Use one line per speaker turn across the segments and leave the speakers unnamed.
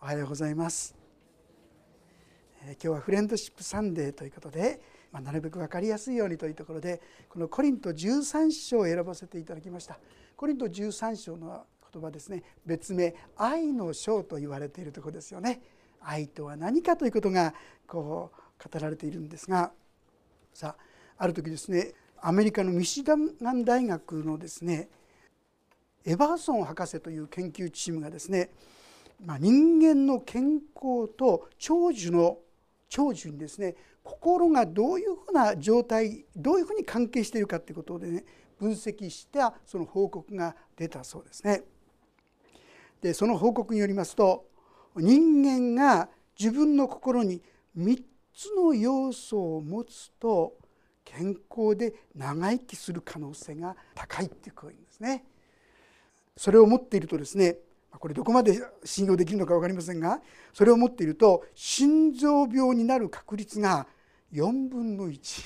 おはようございます。今日はフレンドシップサンデーということで、なるべく分かりやすいようにというところでこのコリント13章を選ばせていただきました。コリント13章の言葉ですね、別名愛の章と言われているところですよね。愛とは何かということが語られているんですが、ある時ですね、アメリカのミシガン大学のですねエバーソン博士という研究チームがですね、人間の健康と長寿にですね、心がどういうふうな状態、どういうふうに関係しているかということでね、分析したその報告が出たそうですね。でその報告によりますと、人間が自分の心に3つの要素を持つと健康で長生きする可能性が高いっていうことですね。それを持っているとですね、これどこまで信用できるのか分かりませんが、それを持っていると心臓病になる確率が4分の1、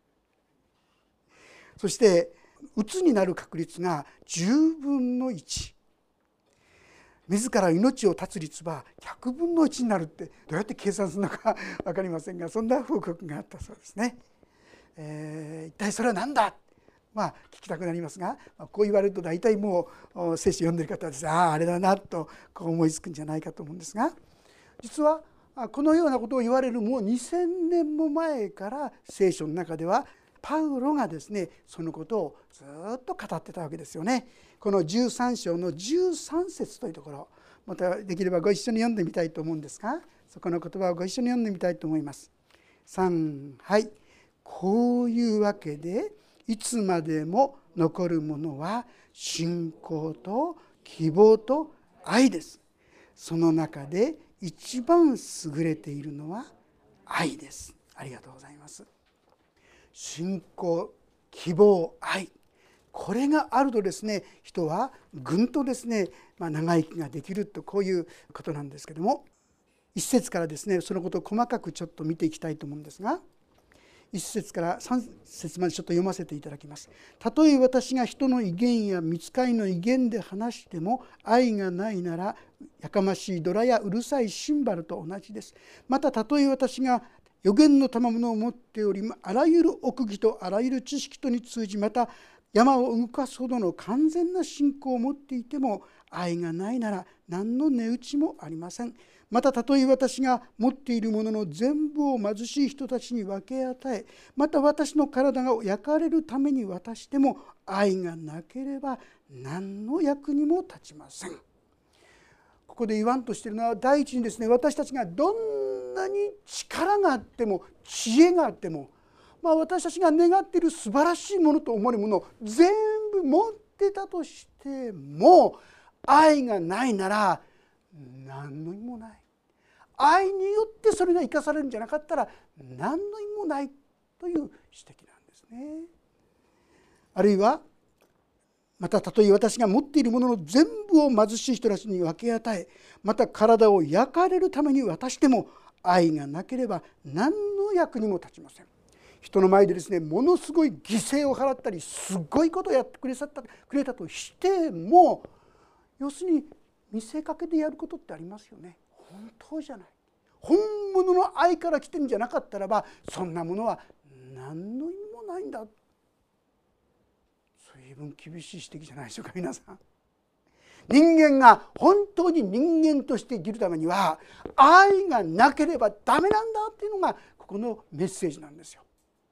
そしてうつになる確率が10分の1、自ら命を絶つ率は100分の1になるって、どうやって計算するのか分かりませんが、そんな報告があったそうですね。一体それは何だ、聞きたくなりますが、こう言われると大体もう聖書を読んでいる方はですね、あれだなと思いつくんじゃないかと思うんですが、実はこのようなことを言われるもう2000年も前から聖書の中ではパウロがですねそのことをずっと語ってたわけですよね。この13章の13節というところ、またできればご一緒に読んでみたいと思うんですが、そこの言葉をご一緒に読んでみたいと思います。3、はい。こういうわけでいつまでも残るものは信仰と希望と愛です。その中で一番優れているのは愛です。ありがとうございます。信仰、希望、愛、これがあるとですね、人はぐんとですね、長生きができると、こういうことなんですけども、1節からですねそのことを細かくちょっと見ていきたいと思うんですが、1節から3節までちょっと読ませていただきます。たとえ私が人の威厳や御使いの威厳で話しても愛がないならやかましいドラやうるさいシンバルと同じです。またたとえ私が予言の賜物を持っており、あらゆる奥義とあらゆる知識とに通じ、また山を動かすほどの完全な信仰を持っていても愛がないなら何の値打ちもありません。またたとえ私が持っているものの全部を貧しい人たちに分け与え、また私の体が焼かれるために渡しても愛がなければ何の役にも立ちません。ここで言わんとしているのは、第一にですね、私たちがどんなに力があっても知恵があっても、私たちが願っている素晴らしいものと思われるものを全部持ってたとしても、愛がないなら何の意味もない。愛によってそれが生かされるんじゃなかったら何の意味もないという指摘なんですね。あるいはまたたとえ私が持っているものの全部を貧しい人たちに分け与え、また体を焼かれるために渡しても愛がなければ何の役にも立ちません。人の前でですね、ものすごい犠牲を払ったりすごいことをやってくれたとしても、要するに見せかけでやることってありますよね。本当じゃない。本物の愛から来てるんじゃなかったらば、そんなものは何の意味もないんだ。随分厳しい指摘じゃないでしょうか、皆さん。人間が本当に人間として生きるためには愛がなければダメなんだっていうのがここのメッセージなんですよ。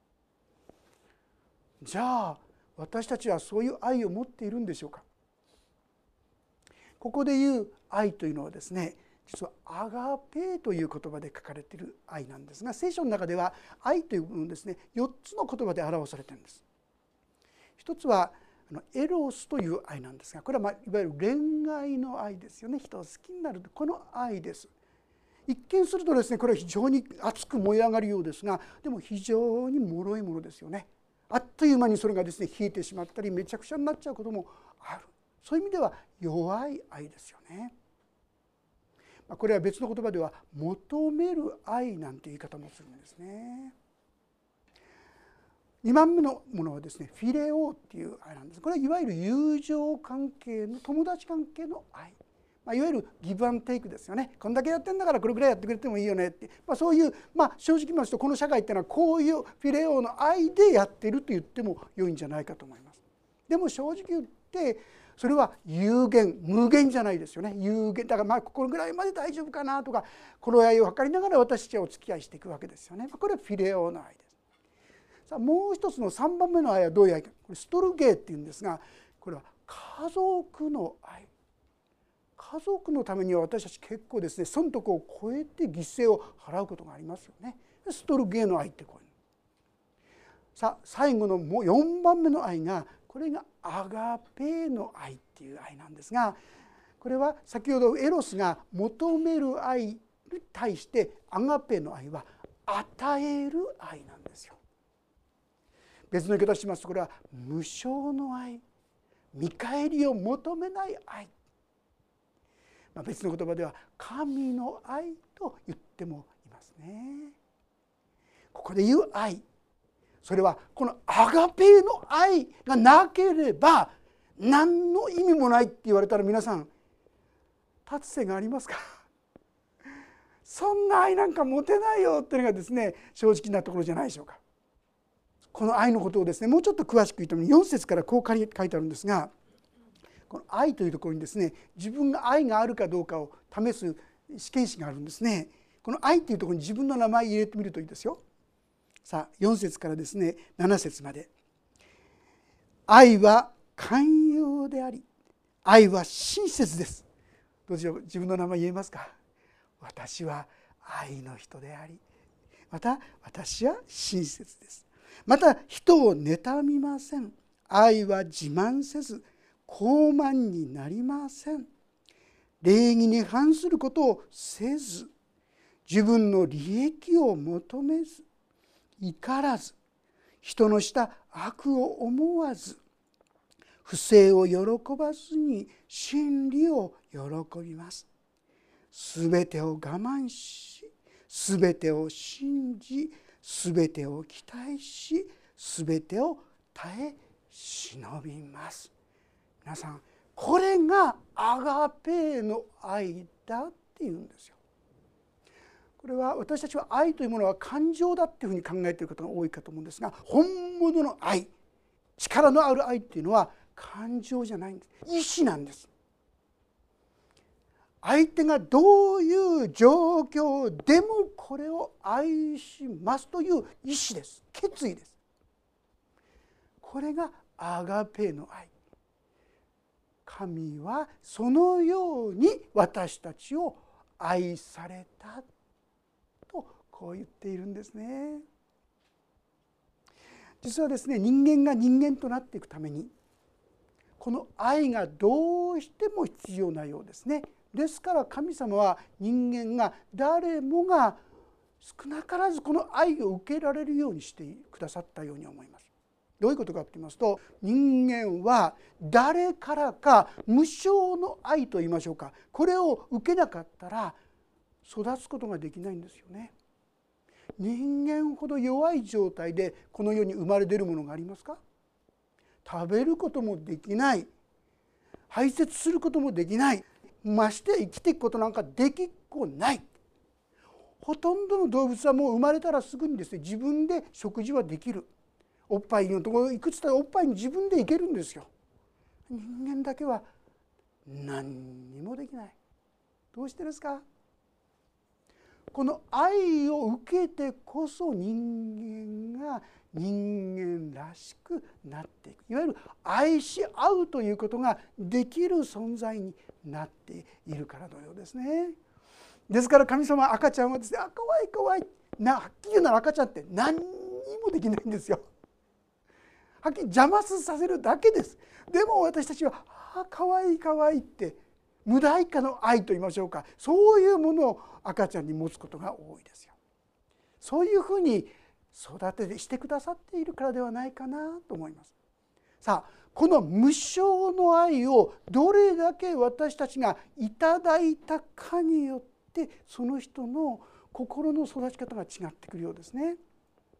じゃあ私たちはそういう愛を持っているんでしょうか。ここで言う愛というのはですね、実はアガペという言葉で書かれている愛なんですが、聖書の中では愛という部分ですね、4つの言葉で表されているんです。一つはエロスという愛なんですが、これはいわゆる恋愛の愛ですよね。人を好きになるこの愛です。一見するとですね、これは非常に熱く燃え上がるようですが、でも非常に脆いものですよね。あっという間にそれがですね冷えてしまったりめちゃくちゃになっちゃうこともある。そういう意味では弱い愛ですよね。これは別の言葉では求める愛なんて言い方もするんですね。2番目のものはですね、フィレオっていう愛なんです。これはいわゆる友情関係の友達関係の愛。 いわゆるギブアンドテイクですよね。こんだけやってんだからこれぐらいやってくれてもいいよねって、そういう、正直言いますとこの社会っていうのはこういうフィレオの愛でやってると言っても良いんじゃないかと思います。でも正直言ってそれは有限無限じゃないですよね。有限だからこれぐらいまで大丈夫かなとか頃合いを測りながら私たちはお付き合いしていくわけですよね。これはフィレオの愛です。さあもう一つの3番目の愛はどういう愛か。これストルゲーっていうんですが、これは家族の愛。家族のためには私たち結構ですね、損得を超えて犠牲を払うことがありますよね。ストルゲーの愛ってこういう。さあ最後のもう4番目の愛が、これがアガペーの愛っていう愛なんですが、これは先ほどエロスが求める愛に対してアガペーの愛は与える愛なんですよ。別の言い方をしますと、これは無償の愛、見返りを求めない愛、別の言葉では神の愛と言ってもいますね。ここで言う愛、それはこのアガペーの愛がなければ何の意味もないって言われたら、皆さん立つ瀬がありますか？そんな愛なんか持てないよっていうのがですね、正直なところじゃないでしょうか。この愛のことをですね、もうちょっと詳しく言うために4節からこう書いてあるんですが、この愛というところにですね、自分が愛があるかどうかを試す試験紙があるんですね。この愛というところに自分の名前を入れてみるといいですよ。さあ4節からですね7節まで。愛は寛容であり、愛は親切です。どうしよう、自分の名前言えますか？私は愛の人であり、また私は親切です。また人を妬みません。愛は自慢せず傲慢になりません。礼儀に反することをせず、自分の利益を求めず、怒らず、人のした悪を思わず、不正を喜ばずに真理を喜びます。すべてを我慢し、すべてを信じ、すべてを期待し、すべてを耐え忍びます。皆さん、これがアガペーの愛だっていうんですよ。これは私たちは愛というものは感情だっていうふうに考えている方が多いかと思うんですが、本物の愛、力のある愛っていうのは感情じゃないんです。意志なんです。相手がどういう状況でもこれを愛しますという意志です。決意です。これがアガペーの愛。神はそのように私たちを愛されたとこう言っているんですね。実はですね、人間が人間となっていくためにこの愛がどうしても必要なようですね。ですから神様は人間が誰もが少なからずこの愛を受けられるようにしてくださったように思います。どういうことかと言いますと、人間は誰からか無償の愛と言いましょうか、これを受けなかったら育つことができないんですよね。人間ほど弱い状態でこの世に生まれ出るものがありますか？食べることもできない、排泄することもできない、まして生きていくことなんかできっこない。ほとんどの動物はもう生まれたらすぐにですね、自分で食事はできる。おっぱいのところいくつかおっぱいに自分でいけるんですよ。人間だけは何にもできない。どうしてですか？この愛を受けてこそ人間が人間らしくなっていく、いわゆる愛し合うということができる存在になっているからのようですね。ですから神様は赤ちゃんはですね、かわいいかわいいはっきり言うなら赤ちゃんって何にもできないんですよ。はっきり邪魔させるだけです。でも私たちはかわいいかわいいって無代価の愛と言いましょうか、そういうものを赤ちゃんに持つことが多いですよ。そういうふうに育ててしてくださっているからではないかなと思います。さあこの無償の愛をどれだけ私たちがいただいたかによってその人の心の育ち方が違ってくるようですね。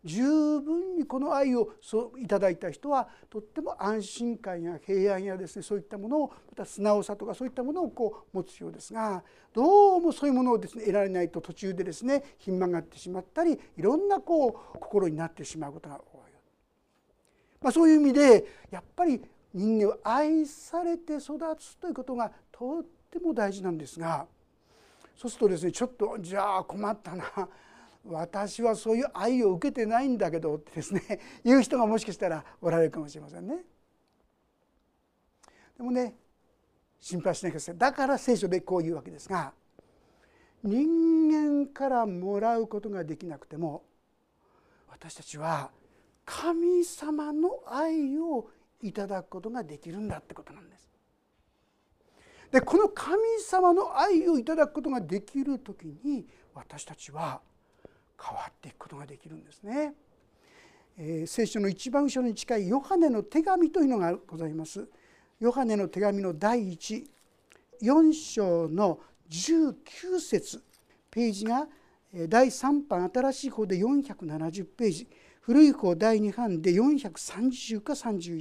十分にこの愛をいただいた人はとっても安心感や平安やですね、そういったものを、また素直さとかそういったものを持つようですが、どうもそういうものをですね得られないと途中でですねひん曲がってしまったり、いろんな心になってしまうことが多い。そういう意味でやっぱり人間は愛されて育つということがとっても大事なんですが、そうするとですね、ちょっとじゃあ困ったな、私はそういう愛を受けてないんだけどってですね言う人がもしかしたらおられるかもしれませんね。でもね、心配しなきゃいけない。だから聖書でこう言うわけですが、人間からもらうことができなくても、私たちは神様の愛をいただくことができるんだってことなんです。で、この神様の愛をいただくことができるときに、私たちは変わっていくことができるんですね。聖書の一番後ろに近いヨハネの手紙というのがございます。ヨハネの手紙の第4章の19節、ページが第3版新しい方で470ページ、古い方第2版で430か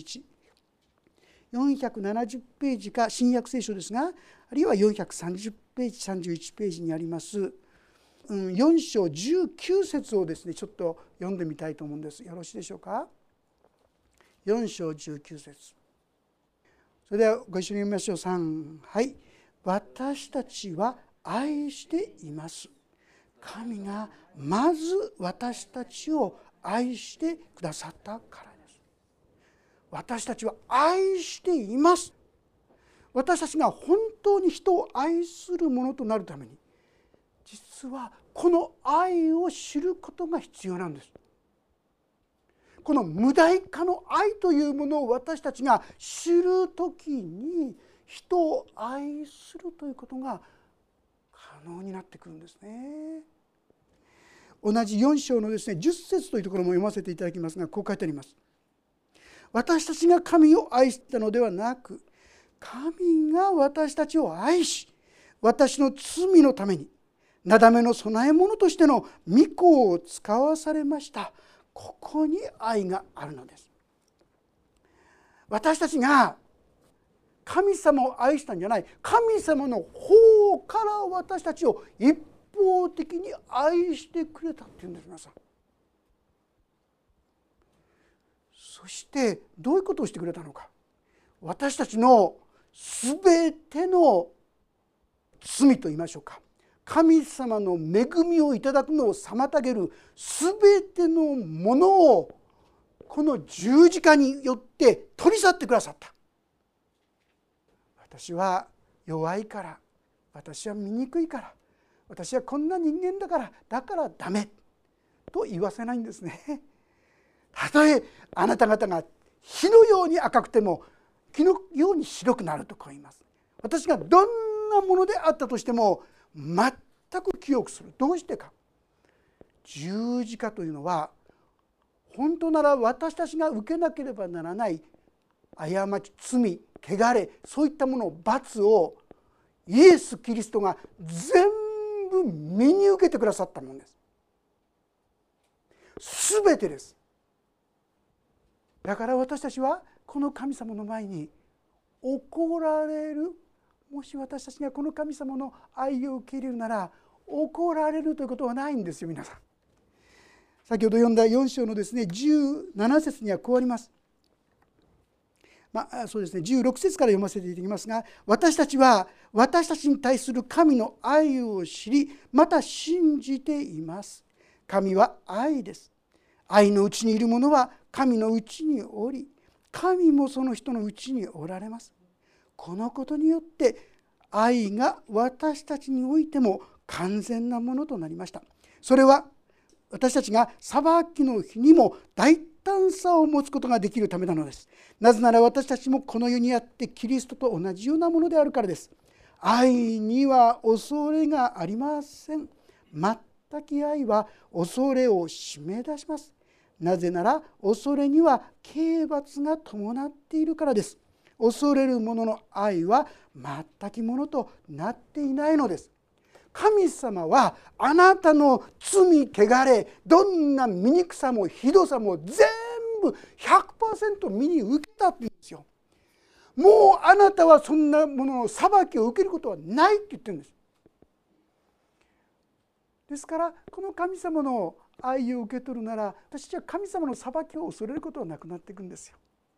31、470ページか新約聖書ですが、あるいは430ページ31ページにあります4章19節をですねちょっと読んでみたいと思うんです。よろしいでしょうか。4章19節、それではご一緒に読みましょう。3、はい。私たちは愛しています。神がまず私たちを愛してくださったからです。私たちは愛しています。私たちが本当に人を愛するものとなるために、実はこの愛を知ることが必要なんです。この無代価の愛というものを私たちが知るときに、人を愛するということが可能になってくるんですね。同じ4章のですね10節というところも読ませていただきますが、こう書いてあります。私たちが神を愛したのではなく、神が私たちを愛し、私の罪のためになだめの供え物としての御子を使わされました。ここに愛があるのです。私たちが神様を愛したんじゃない、神様の方から私たちを一方的に愛してくれたっていうんです。皆さん、そしてどういうことをしてくれたのか。私たちのすべての罪と言いましょうか、神様の恵みをいただくのを妨げるすべてのものをこの十字架によって取り去ってくださった。私は弱いから、私は醜いから、私はこんな人間だからダメと言わせないんですね。たとえあなた方が火のように赤くても木のように白くなるとこう言います。私がどんなものであったとしても全く清くする。どうしてか。十字架というのは本当なら私たちが受けなければならない過ち、罪、汚れ、そういったものを、罰をイエス・キリストが全部身に受けてくださったものです。すべてです。だから私たちはこの神様の前に怒られる、もし私たちがこの神様の愛を受け入れるなら怒られるということはないんですよ。皆さん、先ほど読んだ4章のですね17節にはこうあります。そうですね、16節から読ませていただきますが、私たちは私たちに対する神の愛を知り、また信じています。神は愛です。愛のうちにいる者は神のうちにおり、神もその人のうちにおられます。このことによって愛が私たちにおいても完全なものとなりました。それは私たちが裁きの日にも大胆さを持つことができるためなのです。なぜなら私たちもこの世にあってキリストと同じようなものであるからです。愛には恐れがありません。全き愛は恐れを締め出します。なぜなら恐れには刑罰が伴っているからです。恐れる者の愛は全きものとなっていないのです。 神様はあなたの罪汚れ、どんな醜さもひどさも全部 100% 身に受けたって言うんですよ。もうあなたはそんなものの裁きを受けることはないって言ってるんです。ですからこの神様の愛を受け取るなら、私たちは神様の裁きを恐れることはなくなっていくんですよ。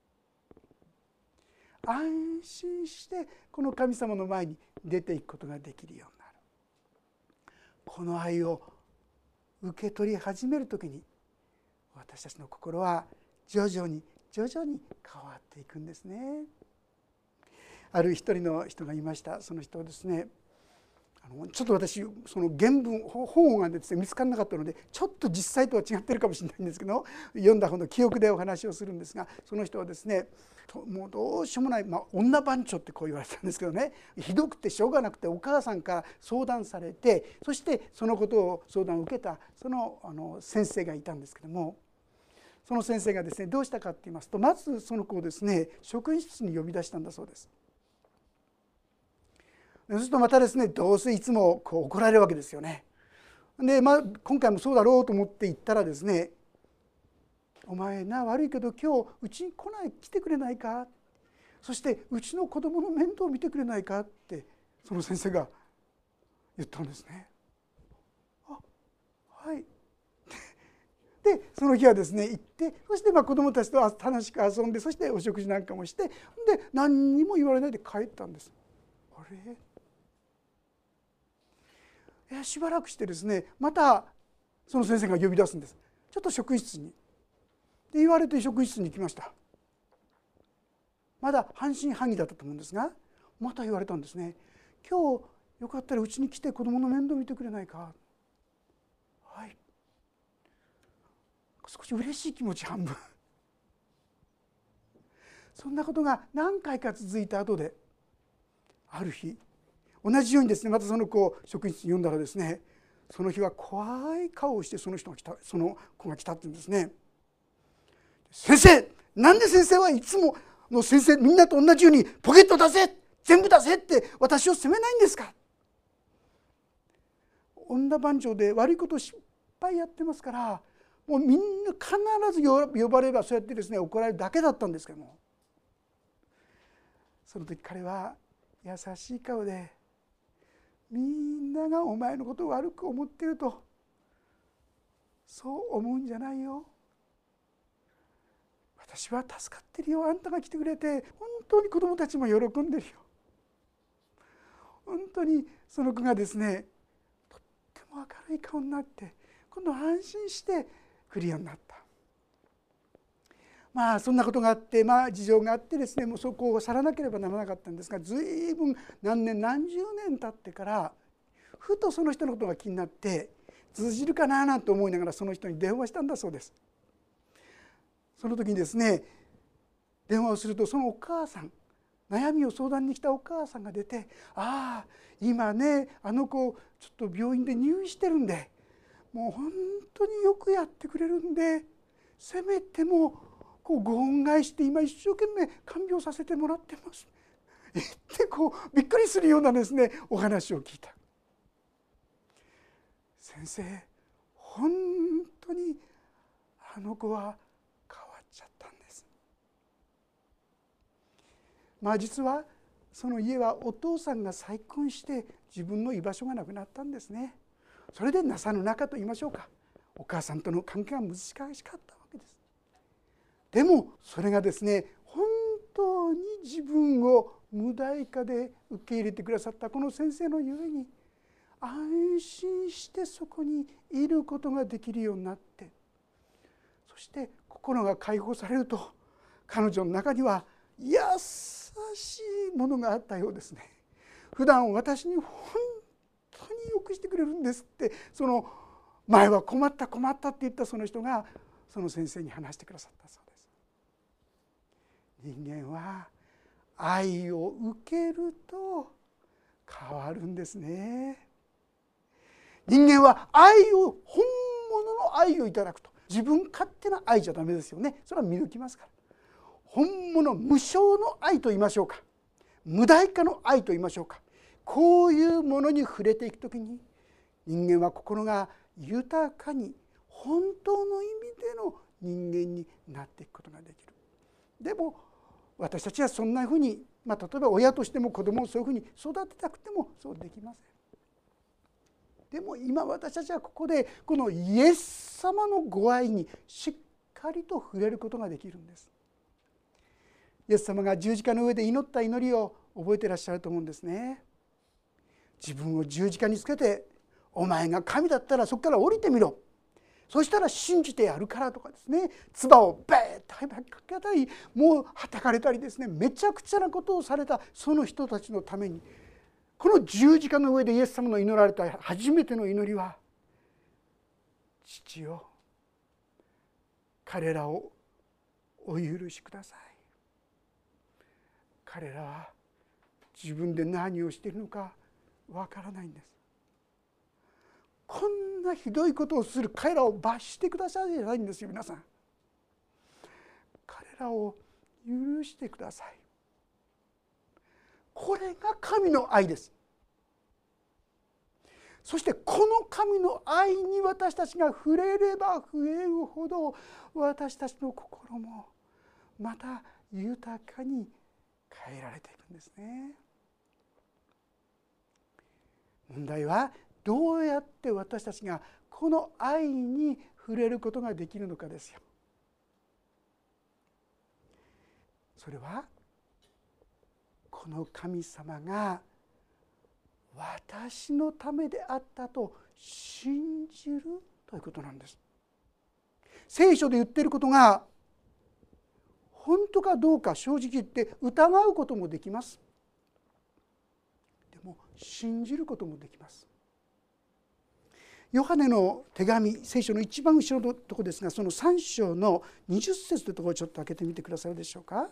安心してこの神様の前に出ていくことができるようになる。この愛を受け取り始めるときに、私たちの心は徐々に徐々に変わっていくんですね。ある一人の人がいました。その人はですね、ちょっと私その原文本がですね見つからなかったので、ちょっと実際とは違ってるかもしれないんですけど、読んだ本の記憶でお話をするんですが、その人はですね、もうどうしようもない、女番長ってこう言われたんですけどね、ひどくてしょうがなくてお母さんから相談されて、そしてそのことを相談を受けたその先生がいたんですけども、その先生がですねどうしたかって言いますと、まずその子をですね職員室に呼び出したんだそうです。そうするとまたですね、どうせいつもこう怒られるわけですよね。で、今回もそうだろうと思って行ったらですね、お前な、悪いけど今日うちに来てくれないか、そしてうちの子供の面倒を見てくれないかってその先生が言ったんですね。あ、はい。でその日はですね行って、そして子供たちと楽しく遊んで、そしてお食事なんかもして、で何にも言われないで帰ったんです。あれ、しばらくしてですね、またその先生が呼び出すんです。ちょっと職員室に。で言われて職員室に行きました。まだ半信半疑だったと思うんですが、また言われたんですね。今日よかったらうちに来て子供の面倒見てくれないか。はい。少し嬉しい気持ち半分そんなことが何回か続いた後で、ある日同じようにですね、またその子を職員室に呼んだらですね、その日は怖い顔をしてその子が来たって言うんですね。先生、なんで先生はいつもの先生みんなと同じようにポケット出せ、全部出せって私を責めないんですか。女番長で悪いことを失敗やってますから、もうみんな必ず呼ばれればそうやってですね怒られるだけだったんですけども、その時彼は優しい顔で、みんながお前のことを悪く思っているとそう思うんじゃないよ、私は助かってるよ、あんたが来てくれて本当に子供たちも喜んでるよ。本当にその子がですねとっても明るい顔になって、今度安心して来るようになった。そんなことがあって、事情があってですね、もうそこを去らなければならなかったんですが、ずいぶん何十年経ってからふとその人のことが気になって、通じるかななんて思いながらその人に電話したんだそうです。その時にですね電話をすると、そのお母さん、悩みを相談に来たお母さんが出て、ああ今ねあの子ちょっと病院で入院してるんで、もう本当によくやってくれるんで、せめてもご恩返しして今一生懸命看病させてもらってますってびっくりするようなですねお話を聞いた。先生、本当にあの子は変わっちゃったんです。実はその家はお父さんが再婚して自分の居場所がなくなったんですね。それで情の仲と言いましょうか、お母さんとの関係が難しかったわけです。でもそれがですね、本当に自分を無代価で受け入れてくださったこの先生のゆえに、安心してそこにいることができるようになって、そして心が解放されると、彼女の中には優しいものがあったようですね。普段私に本当によくしてくれるんですって、その前は困ったって言ったその人がその先生に話してくださったそうです。人間は愛を受けると変わるんですね。人間は本物の愛をいただくと、自分勝手な愛じゃダメですよね。それは見抜きますから、本物無償の愛と言いましょうか、無代価の愛と言いましょうか、こういうものに触れていくときに、 人間は心が豊かに本当の意味での人間になっていくことができる。でも私たちはそんなふうに、例えば親としても子供をそういうふうに育てたくてもそうできません。でも今私たちはここでこのイエス様のご愛にしっかりと触れることができるんです。イエス様が十字架の上で祈った祈りを覚えていらっしゃると思うんですね。自分を十字架につけて、お前が神だったらそこから降りてみろ、そしたら信じてやるからとかですね、唾をベーッとかけたり、もうはたかれたりですね、めちゃくちゃなことをされたその人たちのために、この十字架の上でイエス様の祈られた初めての祈りは、父よ、彼らをお許しください。彼らは自分で何をしているのかわからないんです。こんなひどいことをする彼らを罰してくださいじゃないんですよ。皆さん、彼らを許してください。これが神の愛です。そしてこの神の愛に私たちが触れれば触れるほど、私たちの心もまた豊かに変えられていくんですね。問題はどうやって私たちがこの愛に触れることができるのかですよ。それはこの神様が私のためであったと信じるということなんです。聖書で言っていることが本当かどうか正直言って疑うこともできます。でも信じることもできます。ヨハネの手紙、聖書の一番後ろのところですが、その3章の20節というところをちょっと開けてみてくださるでしょうか。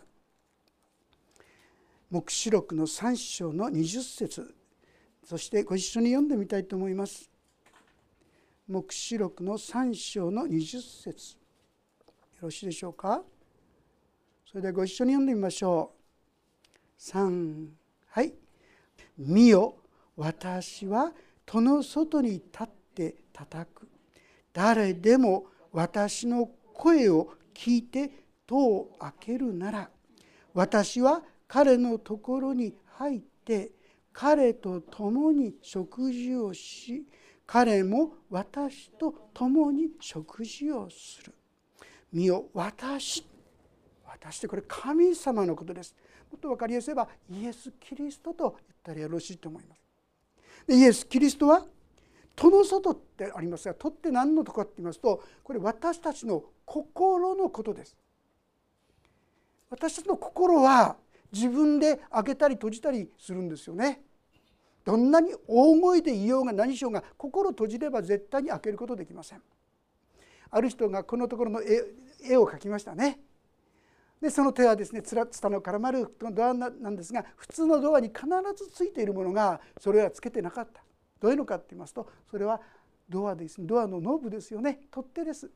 黙示録の3章の20節、そしてご一緒に読んでみたいと思います。黙示録の3章の20節、よろしいでしょうか。それではご一緒に読んでみましょう。3、はい。見よ、私は戸の外に立って叩く。誰でも私の声を聞いて戸を開けるなら、私は彼のところに入って彼と共に食事をし、彼も私と共に食事をする。見よ、私ってこれ神様のことです。もっと分かりやすいばイエス・キリストと言ったらよろしいと思います。でイエス・キリストは戸の外ってありますが、戸って何のところかと言いますと、これ私たちの心のことです。私たちの心は自分で開けたり閉じたりするんですよね。どんなに大声で言おうが何しようが、心を閉じれば絶対に開けることできません。ある人がこのところの絵を描きましたね。でその手はですね、ツタの絡まるドアなんですが、普通のドアに必ずついているものがそれはつけてなかった。どういうのかって言いますと、それはドアですね。ドアのノブですよね。取っ手です。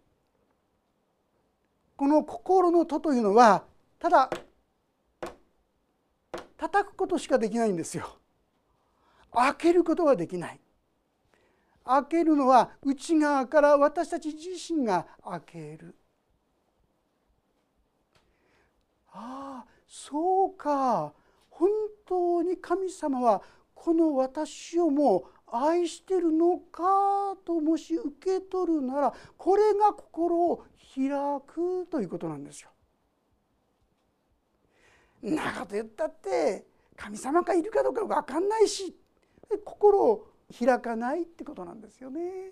この心の戸というのはただ叩くことしかできないんですよ。開けることはできない。開けるのは内側から私たち自身が開ける。ああ、そうか。本当に神様はこの私をも愛してるのかともし受け取るなら、これが心を開くということなんですよ。んなこと言ったって神様がいるかどうか分かんないし、心を開かないってことなんですよね。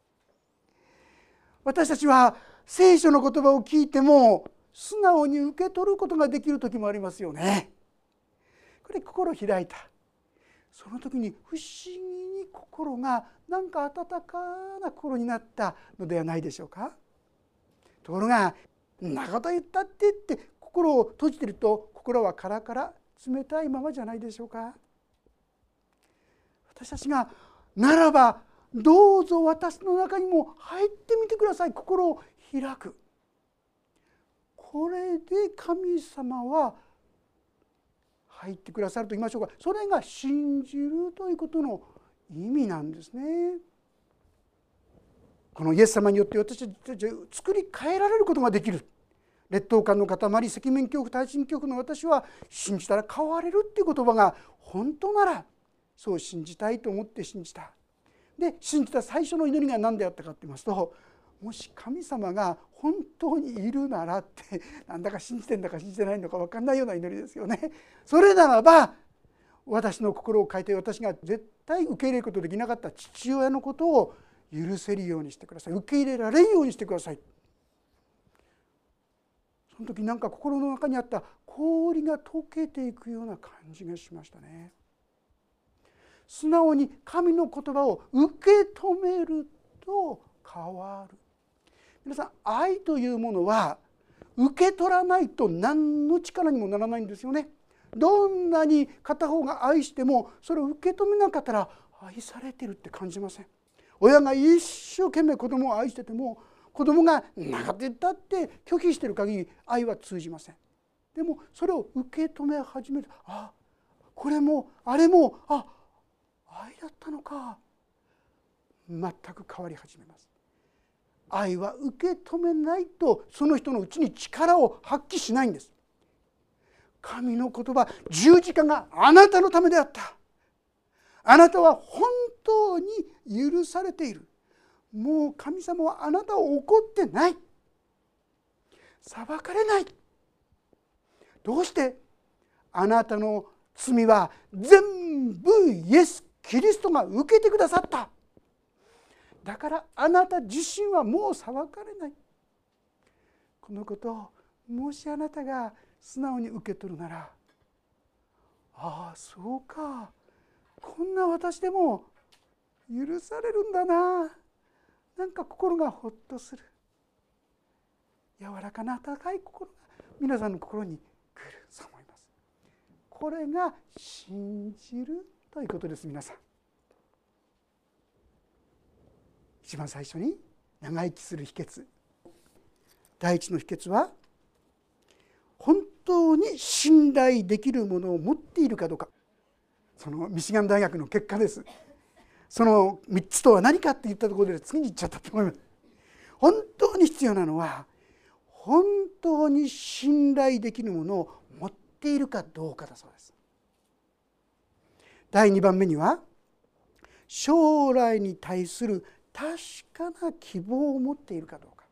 私たちは聖書の言葉を聞いても素直に受け取ることができる時もありますよね。これ心を開いた、その時に不思議に心がなんか温かな心になったのではないでしょうか。ところがんなこと言ったって言って心を閉じていると、心はカラカラ冷たいままじゃないでしょうか。私たちがならばどうぞ私の中にも入ってみてください。心を開く。これで神様は入ってくださると言いましょうか。それが信じるということの意味なんですね。 このイエス様によって私たちは作り変えられることができる。劣等感の塊、赤面恐怖、対人恐怖の私は信じたら変われるっていう言葉が本当ならそう信じたいと思って信じた。で信じた最初の祈りが何であったかって言いますと、もし神様が本当にいるならってなんだか信じてんだか信じてないのか分かんないような祈りですよね。それならば私の心を変えて私が絶対受け入れることできなかった父親のことを許せるようにしてください。受け入れられるようにしてください。その時なんか心の中にあった氷が溶けていくような感じがしましたね。素直に神の言葉を受け止めると変わる。皆さん、愛というものは受け取らないと何の力にもならないんですよね。どんなに片方が愛してもそれを受け止めなかったら愛されてるって感じません。親が一生懸命子供を愛してても子供が長手だって拒否してる限り愛は通じません。でもそれを受け止め始める。あ、これもあれも愛だったのか。全く変わり始めます。愛は受け止めないとその人のうちに力を発揮しないんです。神の言葉、十字架があなたのためであった。あなたは本当に許されている。もう神様はあなたを怒ってない。裁かれない。どうして？あなたの罪は全部イエス・キリストが受けてくださった。だからあなた自身はもう裁かれない。このことをもしあなたが素直に受け取るなら、ああそうか、こんな私でも許されるんだな、なんか心がほっとする。柔らかな温かい心が皆さんの心に来ると思います。これが信じるということです。皆さん、一番最初に長生きする秘訣、第一の秘訣は本当に信頼できるものを持っているかどうか。そのミシガン大学の結果です。その3つとは何かって言ったところで次に言っちゃったと思います。本当に必要なのは本当に信頼できるものを持っているかどうかだそうです。第2番目には将来に対する確かな希望を持っているかどうか。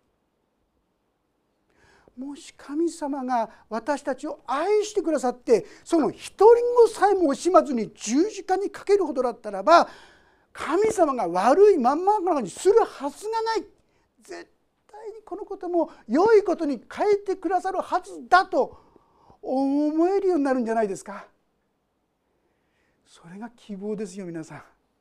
もし神様が私たちを愛してくださってその一人子さえも惜しまずに十字架にかけるほどだったらば、神様が悪いまんまにするはずがない。絶対にこのことも良いことに変えてくださるはずだと思えるようになるんじゃないですか。それが希望ですよ。皆さん、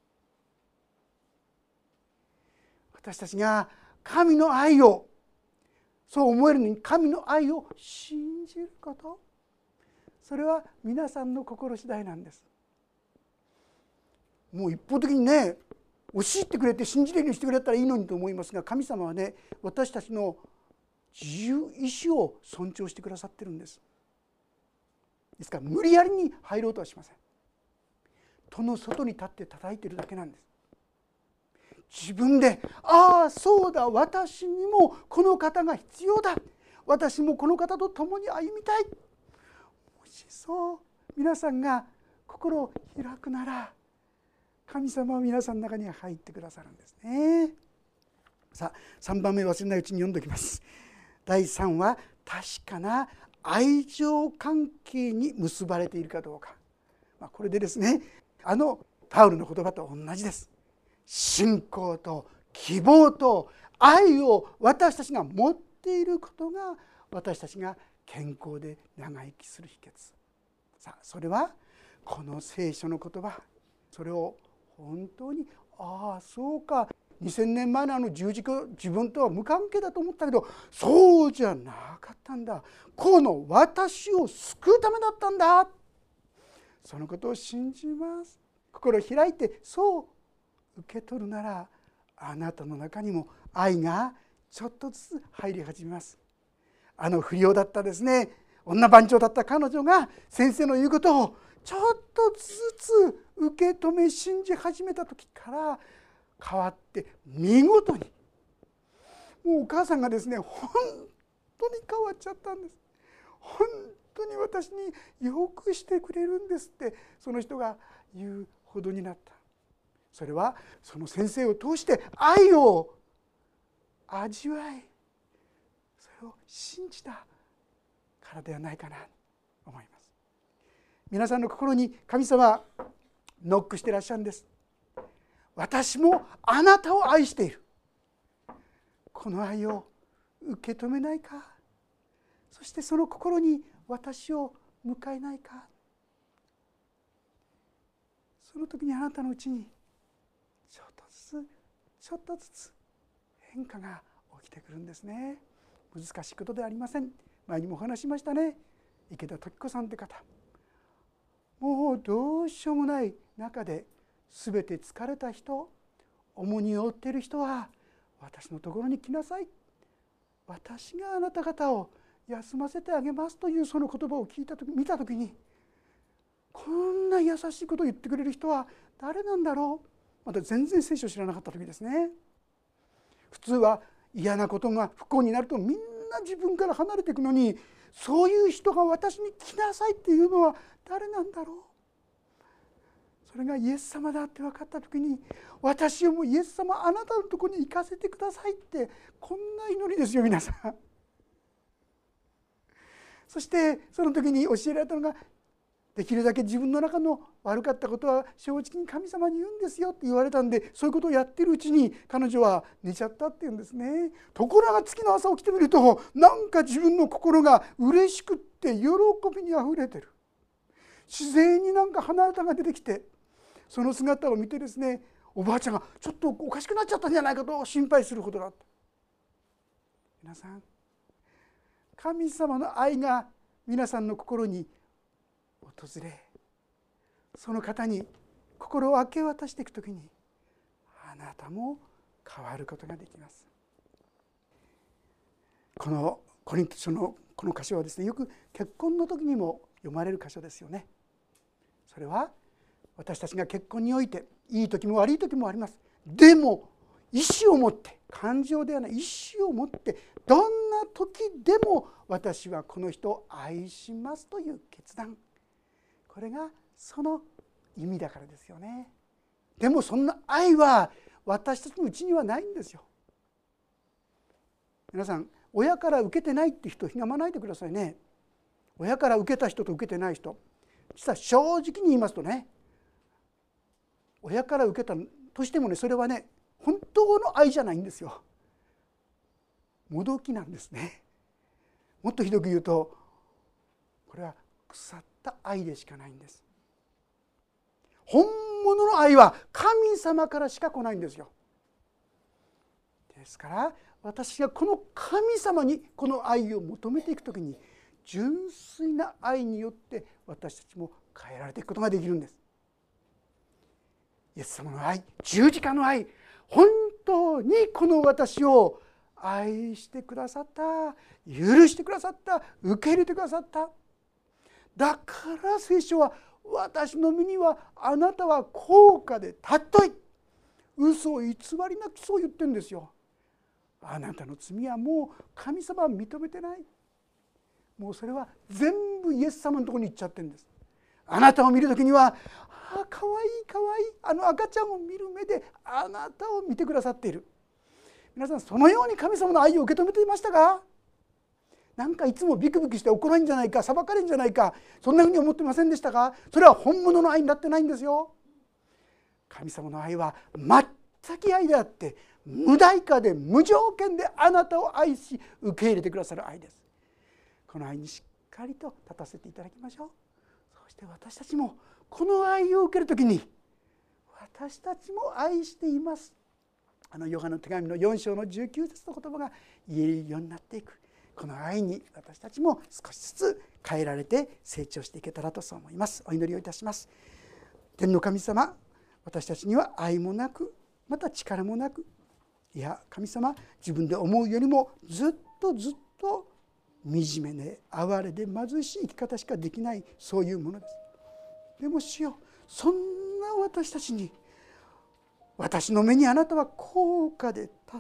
私たちが神の愛をそう思えるのに神の愛を信じること、それは皆さんの心次第なんです。もう一方的にね、教えてくれて信じれるようにしてくれたらいいのにと思いますが、神様はね、私たちの自由意志を尊重してくださってるんです。ですから無理やりに入ろうとはしません。戸の外に立って叩いてるだけなんです。自分で、ああそうだ、私にもこの方が必要だ、私もこの方と共に歩みたい、もしそう皆さんが心を開くなら、神様は皆さんの中に入ってくださるんですね。さあ3番目、忘れないうちに読んでおきます。第3は確かな愛情関係に結ばれているかどうか。これでですね、パウルの言葉と同じです。信仰と希望と愛を私たちが持っていることが私たちが健康で長生きする秘訣。さあそれはこの聖書の言葉、それを本当にそうか、2000年前の十字架、自分とは無関係だと思ったけどそうじゃなかったんだ、この私を救うためだったんだ、そのことを信じます。心を開いてそう受け取るなら、あなたの中にも愛がちょっとずつ入り始めます。不良だったですね、女番長だった彼女が先生の言うことをちょっとずつ受け止め信じ始めた時から変わって、見事にもうお母さんがですね本当に変わっちゃったんです。本当に私によくしてくれるんですってその人が言うほどになった。それはその先生を通して愛を味わい、それを信じたからではないかなと思います。皆さんの心に神様はノックしていらっしゃるんです。私もあなたを愛している。この愛を受け止めないか。そしてその心に私を迎えないか。その時にあなたのうちにちょっとずつ変化が起きてくるんですね。難しいことではありません。前にもお話ししましたね。池田時子さんって方、もうどうしようもない中で全て疲れた人、重荷を負っている人は私のところに来なさい、私があなた方を休ませてあげますというその言葉を見た時に、こんな優しいことを言ってくれる人は誰なんだろう。まだ全然聖書を知らなかった時ですね。普通は嫌なことが不幸になるとみんな自分から離れていくのに、そういう人が私に来なさいっていうのは誰なんだろう。それがイエス様だって分かった時に、私をもうイエス様あなたのところに行かせてくださいって、こんな祈りですよ皆さん。そしてその時に教えられたのが、できるだけ自分の中の悪かったことは正直に神様に言うんですよって言われたんで、そういうことをやってるうちに彼女は寝ちゃったっていうんですね。ところが次の朝起きてみると、なんか自分の心が嬉しくって喜びにあふれてる。自然になんか鼻歌が出てきて、その姿を見てですね、おばあちゃんがちょっとおかしくなっちゃったんじゃないかと心配するほどだった。皆さん、神様の愛が皆さんの心に訪れ、その方に心を明け渡していくときに、あなたも変わることができます。このコリント書のこの箇所はですね、よく結婚の時にも読まれる箇所ですよね。それは私たちが結婚においていい時も悪い時もあります。でも意志を持って、感情ではない意志を持って、どんな時でも私はこの人を愛しますという決断、これがその意味だからですよね。でもそんな愛は私たちのうちにはないんですよ。皆さん、親から受けてないって人をひがまないでくださいね。親から受けた人と受けてない人、実は正直に言いますとね、親から受けたとしてもね、それはね本当の愛じゃないんですよ。もどきなんですね。もっとひどく言うと、これは腐った愛でしかないんです。本物の愛は神様からしか来ないんですよ。ですから私がこの神様にこの愛を求めていくときに、純粋な愛によって私たちも変えられていくことができるんです。イエス様の愛、十字架の愛、本当にこの私を愛してくださった、許してくださった、受け入れてくださった。だから聖書は、私の身にはあなたは高価で尊い、嘘を偽りなくそう言ってるんですよ。あなたの罪はもう神様は認めてない。もうそれは全部イエス様のところに行っちゃってるんです。あなたを見るときには、かわいいかわいい、あの赤ちゃんを見る目であなたを見てくださっている。皆さん、そのように神様の愛を受け止めていましたか？なんかいつもビクビクして怒られるんじゃないか、裁かれるんじゃないか、そんなふうに思ってませんでしたか？それは本物の愛になってないんですよ。神様の愛は全く愛であって、無代価で無条件であなたを愛し受け入れてくださる愛です。この愛にしっかりと立たせていただきましょう。そして私たちもこの愛を受けるときに、私たちも愛しています、ヨハネの手紙の4章の19節の言葉が言えるようになっていく。この愛に私たちも少しずつ変えられて成長していけたらとそう思います。お祈りをいたします。天の神様、私たちには愛もなく、また力もなく、いや神様、自分で思うよりもずっと惨めで哀れで貧しい生き方しかできない、そういうものです。でも主よ、そんな私たちに、私の目にあなたは高価で尊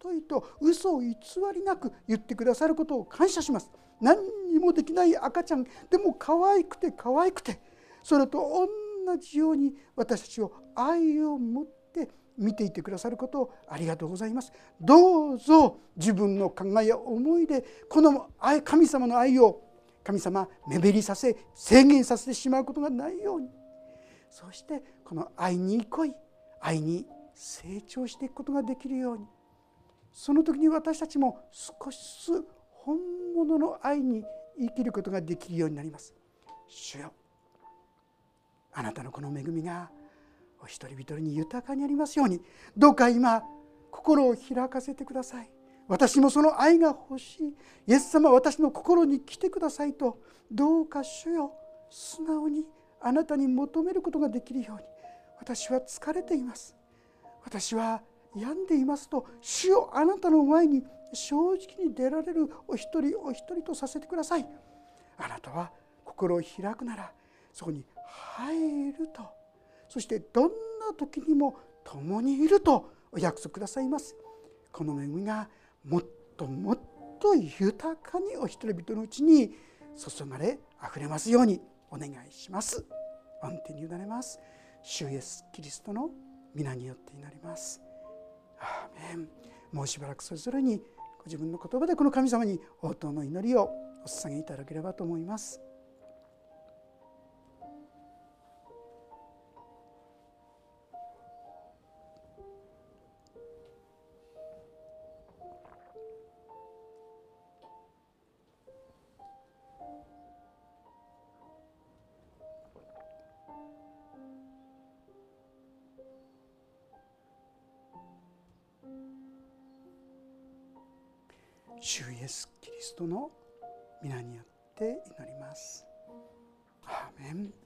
といと嘘を偽りなく言ってくださることを感謝します。何にもできない赤ちゃんでも可愛くて可愛くて、それと同じように私たちを愛を持って見ていてくださることをありがとうございます。どうぞ自分の考えや思いでこの神様の愛を神様目減りさせ制限させてしまうことがないように、そしてこの愛に濃い愛に成長していくことができるように、その時に私たちも少しずつ本物の愛に生きることができるようになります。主よ、あなたのこの恵みがお一人一人に豊かにありますように、どうか今心を開かせてください。私もその愛が欲しい、イエス様私の心に来てくださいと、どうか主よ、素直にあなたに求めることができるように、私は疲れています、私は病んでいますと、主よあなたの前に正直に出られるお一人お一人とさせてください。あなたは心を開くならそこに入ると、そしてどんな時にも共にいるとお約束くださいます。この恵みがもっともっと豊かにお一人々のうちに注がれあふれますようにお願いします。御手に委ねます。主イエスキリストの皆によって祈ります。アーメン。もうしばらくそれぞれにご自分の言葉でこの神様に応答の祈りをお捧げいただければと思います。主イエスキリストの皆によって祈ります。アーメン。